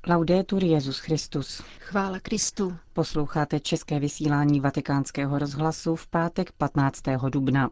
Laudetur Jesus Christus. Chvála Kristu. Posloucháte české vysílání Vatikánského rozhlasu v pátek 15. dubna.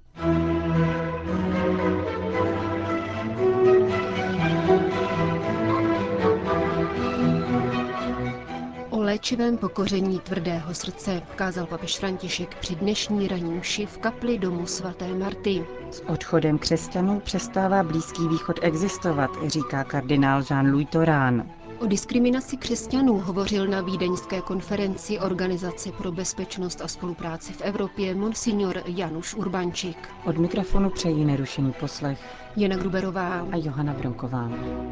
O léčivém pokoření tvrdého srdce kázal papež František při dnešní ranní mši v kapli domu svaté Marty. S odchodem křesťanů přestává Blízký východ existovat, říká kardinál Jean-Louis Torán. O diskriminaci křesťanů hovořil na vídeňské konferenci Organizace pro bezpečnost a spolupráci v Evropě monsignor Januš Urbančík. Od mikrofonu přejí nerušený poslech Jana Gruberová a Johana Bronková.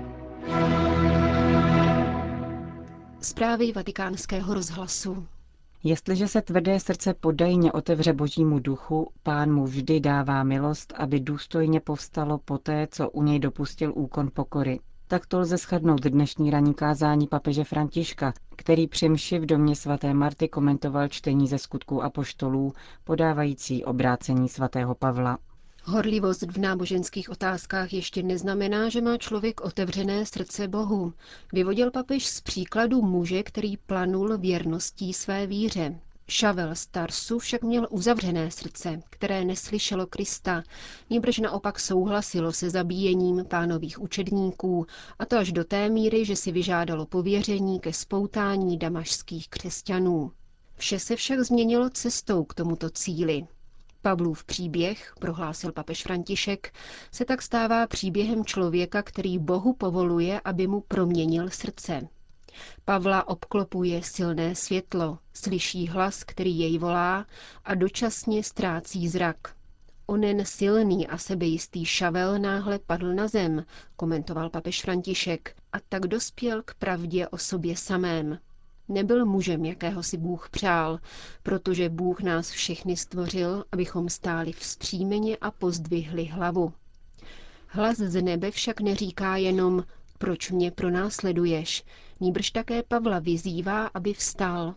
Zprávy Vatikánského rozhlasu. Jestliže se tvrdé srdce podajně otevře Božímu duchu, Pán mu vždy dává milost, aby důstojně povstalo poté, co u něj dopustil úkon pokory. Tak to lze shrnout dnešní ranní kázání papeže Františka, který při mši v domě svaté Marty komentoval čtení ze Skutků apoštolů, podávající obrácení svatého Pavla. Horlivost v náboženských otázkách ještě neznamená, že má člověk otevřené srdce Bohu. Vyvodil papež z příkladu muže, který planul věrností své víře. Šavel z Tarsu však měl uzavřené srdce, které neslyšelo Krista, nýbrž naopak souhlasilo se zabíjením Pánových učedníků, a to až do té míry, že si vyžádalo pověření ke spoutání damašských křesťanů. Vše se však změnilo cestou k tomuto cíli. Pavlův příběh, prohlásil papež František, se tak stává příběhem člověka, který Bohu povoluje, aby mu proměnil srdce. Pavla obklopuje silné světlo, slyší hlas, který jej volá, a dočasně ztrácí zrak. Onen silný a sebejistý Šavel náhle padl na zem, komentoval papež František, a tak dospěl k pravdě o sobě samém. Nebyl mužem, jakého si Bůh přál, protože Bůh nás všechny stvořil, abychom stáli vzpřímeně a pozdvihli hlavu. Hlas z nebe však neříká jenom, proč mě pronásleduješ, nýbrž také Pavla vyzývá, aby vstal.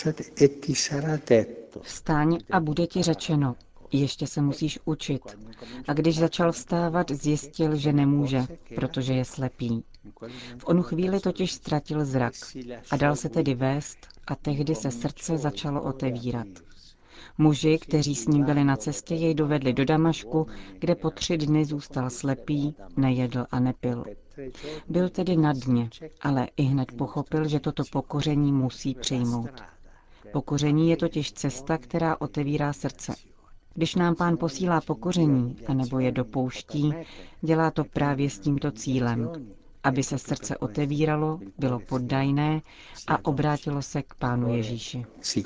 Vstaň a bude ti řečeno, ještě se musíš učit. A když začal vstávat, zjistil, že nemůže, protože je slepý. V onu chvíli totiž ztratil zrak a dal se tedy vést a tehdy se srdce začalo otevírat. Muži, kteří s ním byli na cestě, jej dovedli do Damašku, kde po 3 dny zůstal slepý, nejedl a nepil. Byl tedy na dně, ale ihned pochopil, že toto pokoření musí přijmout. Pokoření je totiž cesta, která otevírá srdce. Když nám Pán posílá pokoření, anebo je dopouští, dělá to právě s tímto cílem, aby se srdce otevíralo, bylo poddajné a obrátilo se k Pánu Ježíši.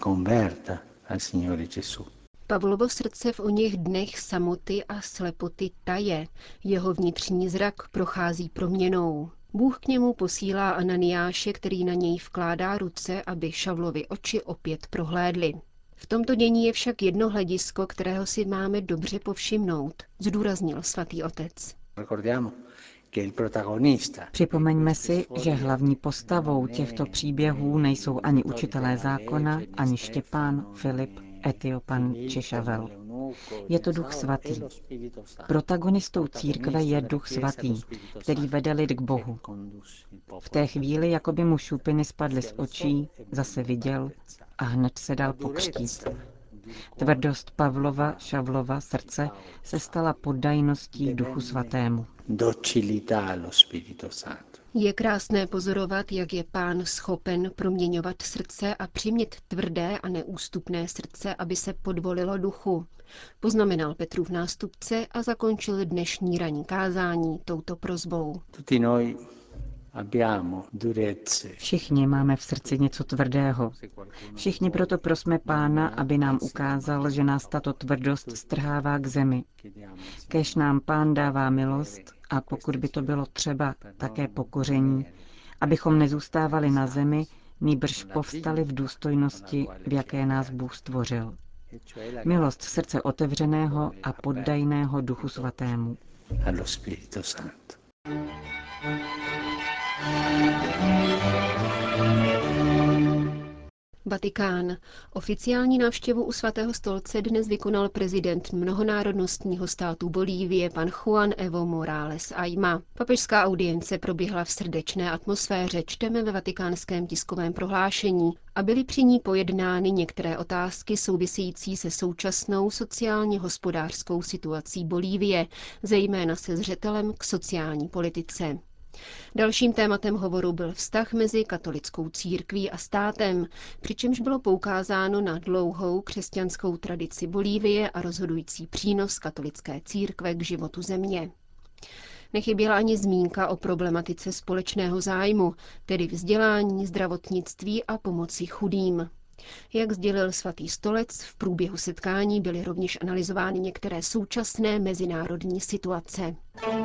Pavlovo srdce v oněch dnech samoty a slepoty taje, jeho vnitřní zrak prochází proměnou. Bůh k němu posílá Ananiáše, který na něj vkládá ruce, aby Šavlovi oči opět prohlédly. V tomto dění je však jedno hledisko, kterého si máme dobře povšimnout, zdůraznil svatý otec. Připomeňme si, že hlavní postavou těchto příběhů nejsou ani učitelé zákona, ani Štěpán, Filip, Etiopan či Šavel. Je to Duch svatý. Protagonistou církve je Duch svatý, který vede lid k Bohu. V té chvíli, jako by mu šupiny spadly z očí, zase viděl a hned se dal pokřtít. Tvrdost Pavlova, Šavlova srdce se stala poddajností Duchu svatému. Je krásné pozorovat, jak je Pán schopen proměňovat srdce a přimět tvrdé a neústupné srdce, aby se podvolilo duchu. Poznamenal Petrův nástupce a zakončil dnešní ranní kázání touto prosbou. Všichni máme v srdci něco tvrdého. Všichni proto prosme Pána, aby nám ukázal, že nás tato tvrdost strhává k zemi. Kéž nám Pán dává milost a pokud by to bylo třeba, také pokoření, abychom nezůstávali na zemi, nýbrž povstali v důstojnosti, v jaké nás Bůh stvořil. Milost srdce otevřeného a poddajného Duchu svatému. Vatikán. Oficiální návštěvu u svatého stolce dnes vykonal prezident mnohonárodnostního státu Bolívie pan Juan Evo Morales Ayma. Papežská audience proběhla v srdečné atmosféře, čteme ve vatikánském tiskovém prohlášení, a byly při ní pojednány některé otázky související se současnou sociálně-hospodářskou situací Bolívie, zejména se zřetelem k sociální politice. Dalším tématem hovoru byl vztah mezi katolickou církví a státem, přičemž bylo poukázáno na dlouhou křesťanskou tradici Bolívie a rozhodující přínos katolické církve k životu země. Nechyběla ani zmínka o problematice společného zájmu, tedy vzdělání, zdravotnictví a pomoci chudým. Jak sdělil svatý stolec, v průběhu setkání byly rovněž analyzovány některé současné mezinárodní situace.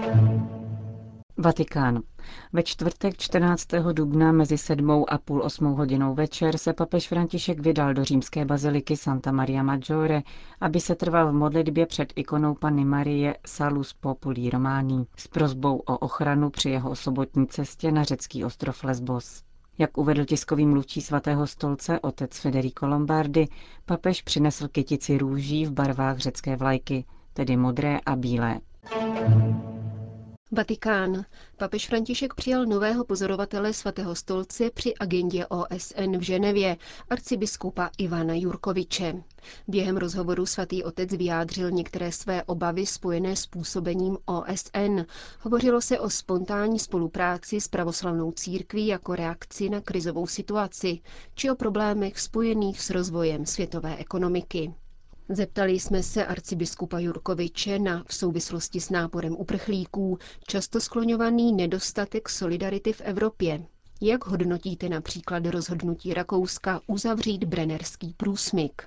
Vatikán. Ve čtvrtek 14. dubna mezi 7. a půl 8. hodinou večer se papež František vydal do římské baziliky Santa Maria Maggiore, aby se trval v modlitbě před ikonou Panny Marie Salus Populi Romani s prosbou o ochranu při jeho sobotní cestě na řecký ostrov Lesbos. Jak uvedl tiskový mluvčí svatého stolce otec Federico Lombardi, papež přinesl kytici růží v barvách řecké vlajky, tedy modré a bílé. Vatikán. Papež František přijal nového pozorovatele svatého stolce při agendě OSN v Ženevě, arcibiskupa Ivana Jurkoviče. Během rozhovoru svatý otec vyjádřil některé své obavy spojené s působením OSN. Hovořilo se o spontánní spolupráci s pravoslavnou církví jako reakci na krizovou situaci, či o problémech spojených s rozvojem světové ekonomiky. Zeptali jsme se arcibiskupa Jurkoviče na v souvislosti s náporem uprchlíků často skloňovaný nedostatek solidarity v Evropě. Jak hodnotíte například rozhodnutí Rakouska uzavřít Brennerský průsmyk?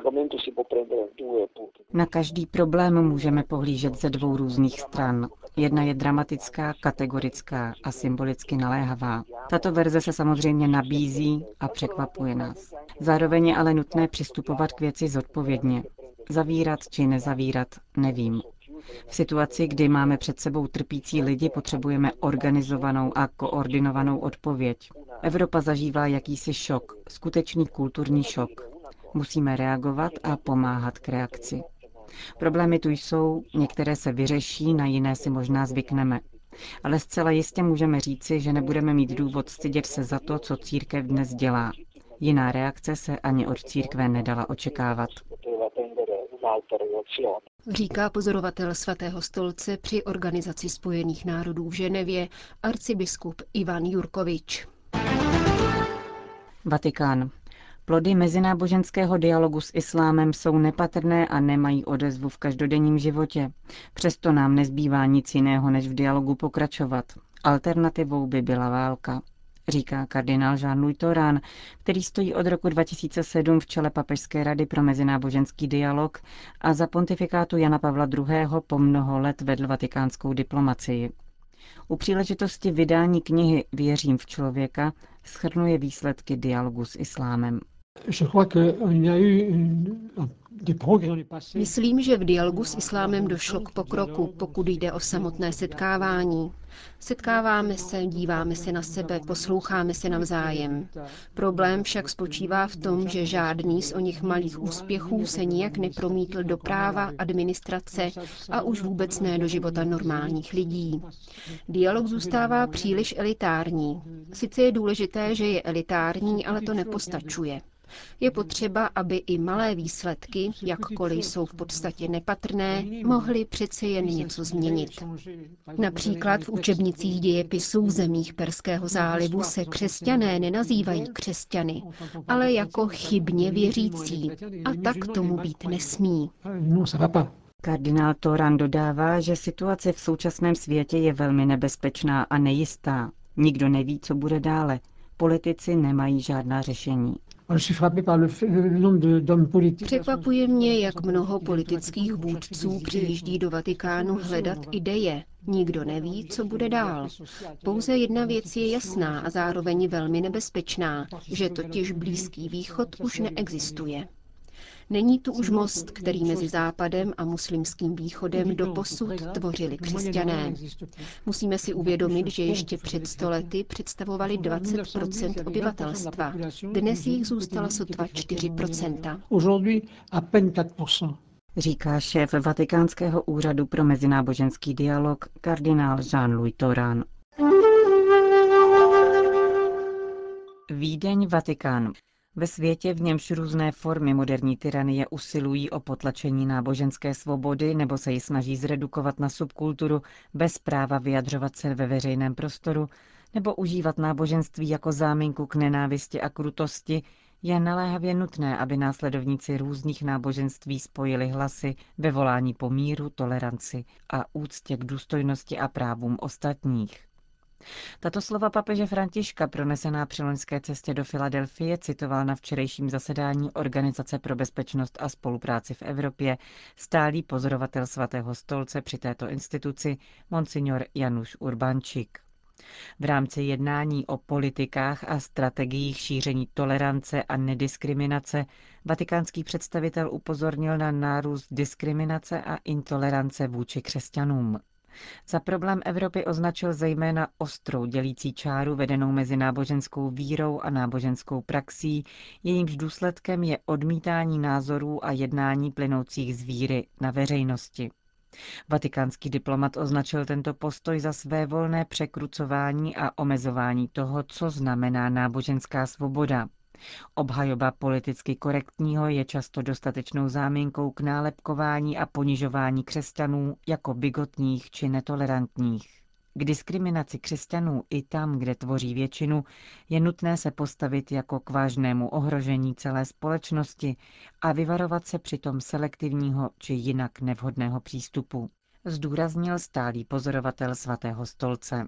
Na každý problém můžeme pohlížet ze dvou různých stran. Jedna je dramatická, kategorická a symbolicky naléhavá. Tato verze se samozřejmě nabízí a překvapuje nás. Zároveň je ale nutné přistupovat k věci zodpovědně. Zavírat či nezavírat, nevím. V situaci, kdy máme před sebou trpící lidi, potřebujeme organizovanou a koordinovanou odpověď. Evropa zažívá jakýsi šok, skutečný kulturní šok. Musíme reagovat a pomáhat k reakci. Problémy tu jsou, některé se vyřeší, na jiné si možná zvykneme. Ale zcela jistě můžeme říci, že nebudeme mít důvod stydět se za to, co církev dnes dělá. Jiná reakce se ani od církve nedala očekávat. Říká pozorovatel svatého stolce při Organizaci spojených národů v Ženevě arcibiskup Ivan Jurkovič. Vatikán. Plody mezináboženského dialogu s islámem jsou nepatrné a nemají odezvu v každodenním životě. Přesto nám nezbývá nic jiného, než v dialogu pokračovat. Alternativou by byla válka, říká kardinál Jean-Louis Tauran, který stojí od roku 2007 v čele Papežské rady pro mezináboženský dialog a za pontifikátu Jana Pavla II. Po mnoho let vedl vatikánskou diplomacii. U příležitosti vydání knihy Věřím v člověka shrnuje výsledky dialogu s islámem. Myslím, že v dialogu s islámem došlo k pokroku, pokud jde o samotné setkávání. Setkáváme se, díváme se na sebe, posloucháme se navzájem. Problém však spočívá v tom, že žádný z oněch malých úspěchů se nijak nepromítl do práva, administrace a už vůbec ne do života normálních lidí. Dialog zůstává příliš elitární. Sice je důležité, že je elitární, ale to nepostačuje. Je potřeba, aby i malé výsledky, jakkoliv jsou v podstatě nepatrné, mohly přece jen něco změnit. Například v učebnicích dějepisů v zemích Perského zálivu se křesťané nenazývají křesťany, ale jako chybně věřící. A tak tomu být nesmí. Kardinál Tauran dodává, že situace v současném světě je velmi nebezpečná a nejistá. Nikdo neví, co bude dále. Politici nemají žádná řešení. Překvapuje mě, jak mnoho politických vůdců přijíždí do Vatikánu hledat ideje. Nikdo neví, co bude dál. Pouze jedna věc je jasná a zároveň velmi nebezpečná, že totiž Blízký východ už neexistuje. Není tu už most, který mezi Západem a muslimským východem doposud tvořili křesťané. Musíme si uvědomit, že ještě před 100 lety představovali 20 obyvatelstva. Dnes jich zůstala sotva 4 říká šéf Vatikánského úřadu pro mezináboženský dialog kardinál Jean-Louis Tauran. Vídeň, Vatikán. Ve světě, v němž různé formy moderní tyranie usilují o potlačení náboženské svobody nebo se ji snaží zredukovat na subkulturu bez práva vyjadřovat se ve veřejném prostoru nebo užívat náboženství jako záminku k nenávisti a krutosti, je naléhavě nutné, aby následovníci různých náboženství spojili hlasy ve volání po míru, toleranci a úctě k důstojnosti a právům ostatních. Tato slova papeže Františka, pronesená při loňské cestě do Filadelfie, citoval na včerejším zasedání Organizace pro bezpečnost a spolupráci v Evropě stálý pozorovatel Svatého stolce při této instituci, monsignor Januš Urbančík. V rámci jednání o politikách a strategiích šíření tolerance a nediskriminace vatikánský představitel upozornil na nárůst diskriminace a intolerance vůči křesťanům. Za problém Evropy označil zejména ostrou dělící čáru vedenou mezi náboženskou vírou a náboženskou praxí, jejímž důsledkem je odmítání názorů a jednání plynoucích z víry na veřejnosti. Vatikánský diplomat označil tento postoj za svévolné překrucování a omezování toho, co znamená náboženská svoboda. Obhajoba politicky korektního je často dostatečnou záminkou k nálepkování a ponižování křesťanů jako bigotních či netolerantních. K diskriminaci křesťanů i tam, kde tvoří většinu, je nutné se postavit jako k vážnému ohrožení celé společnosti a vyvarovat se přitom selektivního či jinak nevhodného přístupu, zdůraznil stálý pozorovatel Svatého stolce.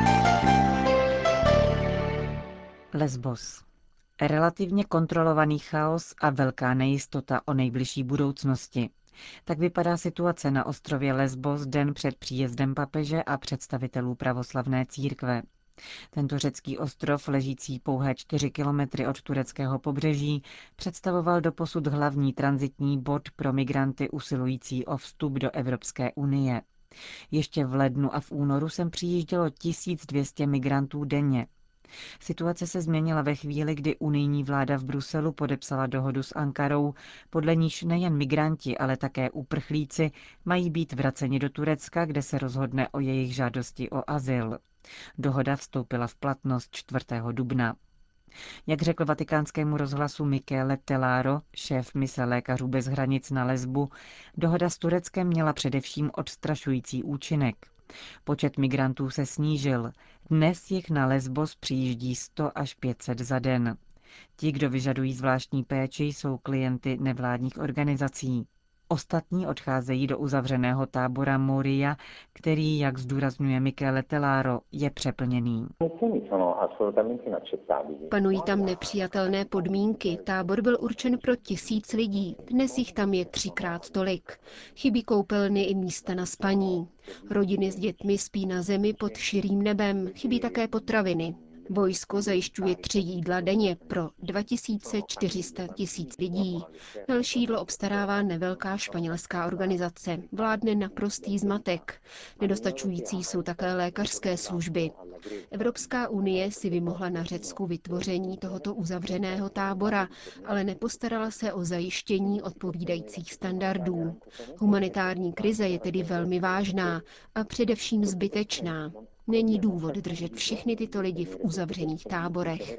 Lesbos. Relativně kontrolovaný chaos a velká nejistota o nejbližší budoucnosti. Tak vypadá situace na ostrově Lesbos den před příjezdem papeže a představitelů pravoslavné církve. Tento řecký ostrov, ležící pouhé 4 kilometry od tureckého pobřeží, představoval doposud hlavní tranzitní bod pro migranty usilující o vstup do Evropské unie. Ještě v lednu a v únoru sem přijíždělo 1200 migrantů denně. Situace se změnila ve chvíli, kdy unijní vláda v Bruselu podepsala dohodu s Ankarou, podle níž nejen migranti, ale také uprchlíci mají být vraceni do Turecka, kde se rozhodne o jejich žádosti o azyl. Dohoda vstoupila v platnost 4. dubna. Jak řekl vatikánskému rozhlasu Michele Tellaro, šéf mise Lékařů bez hranic na Lesbu, dohoda s Tureckem měla především odstrašující účinek. Počet migrantů se snížil. Dnes jich na Lesbos přijíždí 100 až 500 za den. Ti, kdo vyžadují zvláštní péči, jsou klienty nevládních organizací. Ostatní odcházejí do uzavřeného tábora Moria, který, jak zdůrazňuje Michele Tellaro, je přeplněný. Panují tam nepřijatelné podmínky. Tábor byl určen pro 1000 lidí. Dnes jich tam je 3x tolik. Chybí koupelny i místa na spaní. Rodiny s dětmi spí na zemi pod širým nebem. Chybí také potraviny. Vojsko zajišťuje 3 jídla denně pro 2400 000 lidí. Další jídlo obstarává nevelká španělská organizace. Vládne naprostý zmatek. Nedostačující jsou také lékařské služby. Evropská unie si vymohla na Řecku vytvoření tohoto uzavřeného tábora, ale nepostarala se o zajištění odpovídajících standardů. Humanitární krize je tedy velmi vážná a především zbytečná. Není důvod držet všechny tyto lidi v uzavřených táborech.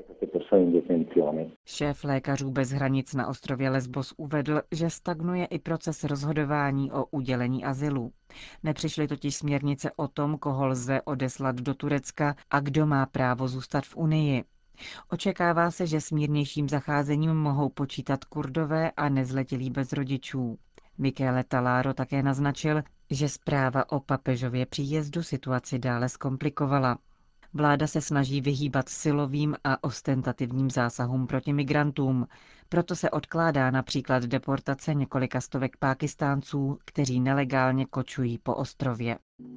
Šéf Lékařů bez hranic na ostrově Lesbos uvedl, že stagnuje i proces rozhodování o udělení azylu. Nepřišly totiž směrnice o tom, koho lze odeslat do Turecka a kdo má právo zůstat v Unii. Očekává se, že s mírnějším zacházením mohou počítat Kurdové a nezletilí bez rodičů. Michele Tellaro také naznačil, že zpráva o papežově příjezdu situaci dále zkomplikovala. Vláda se snaží vyhýbat silovým a ostentativním zásahům proti migrantům, proto se odkládá například deportace několika stovek Pákistánců, kteří nelegálně kočují po ostrově.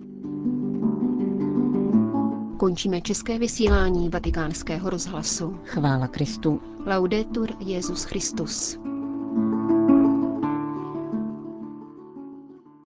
Končíme české vysílání Vatikánského rozhlasu. Chvála Kristu. Laudetur Jesus Christus.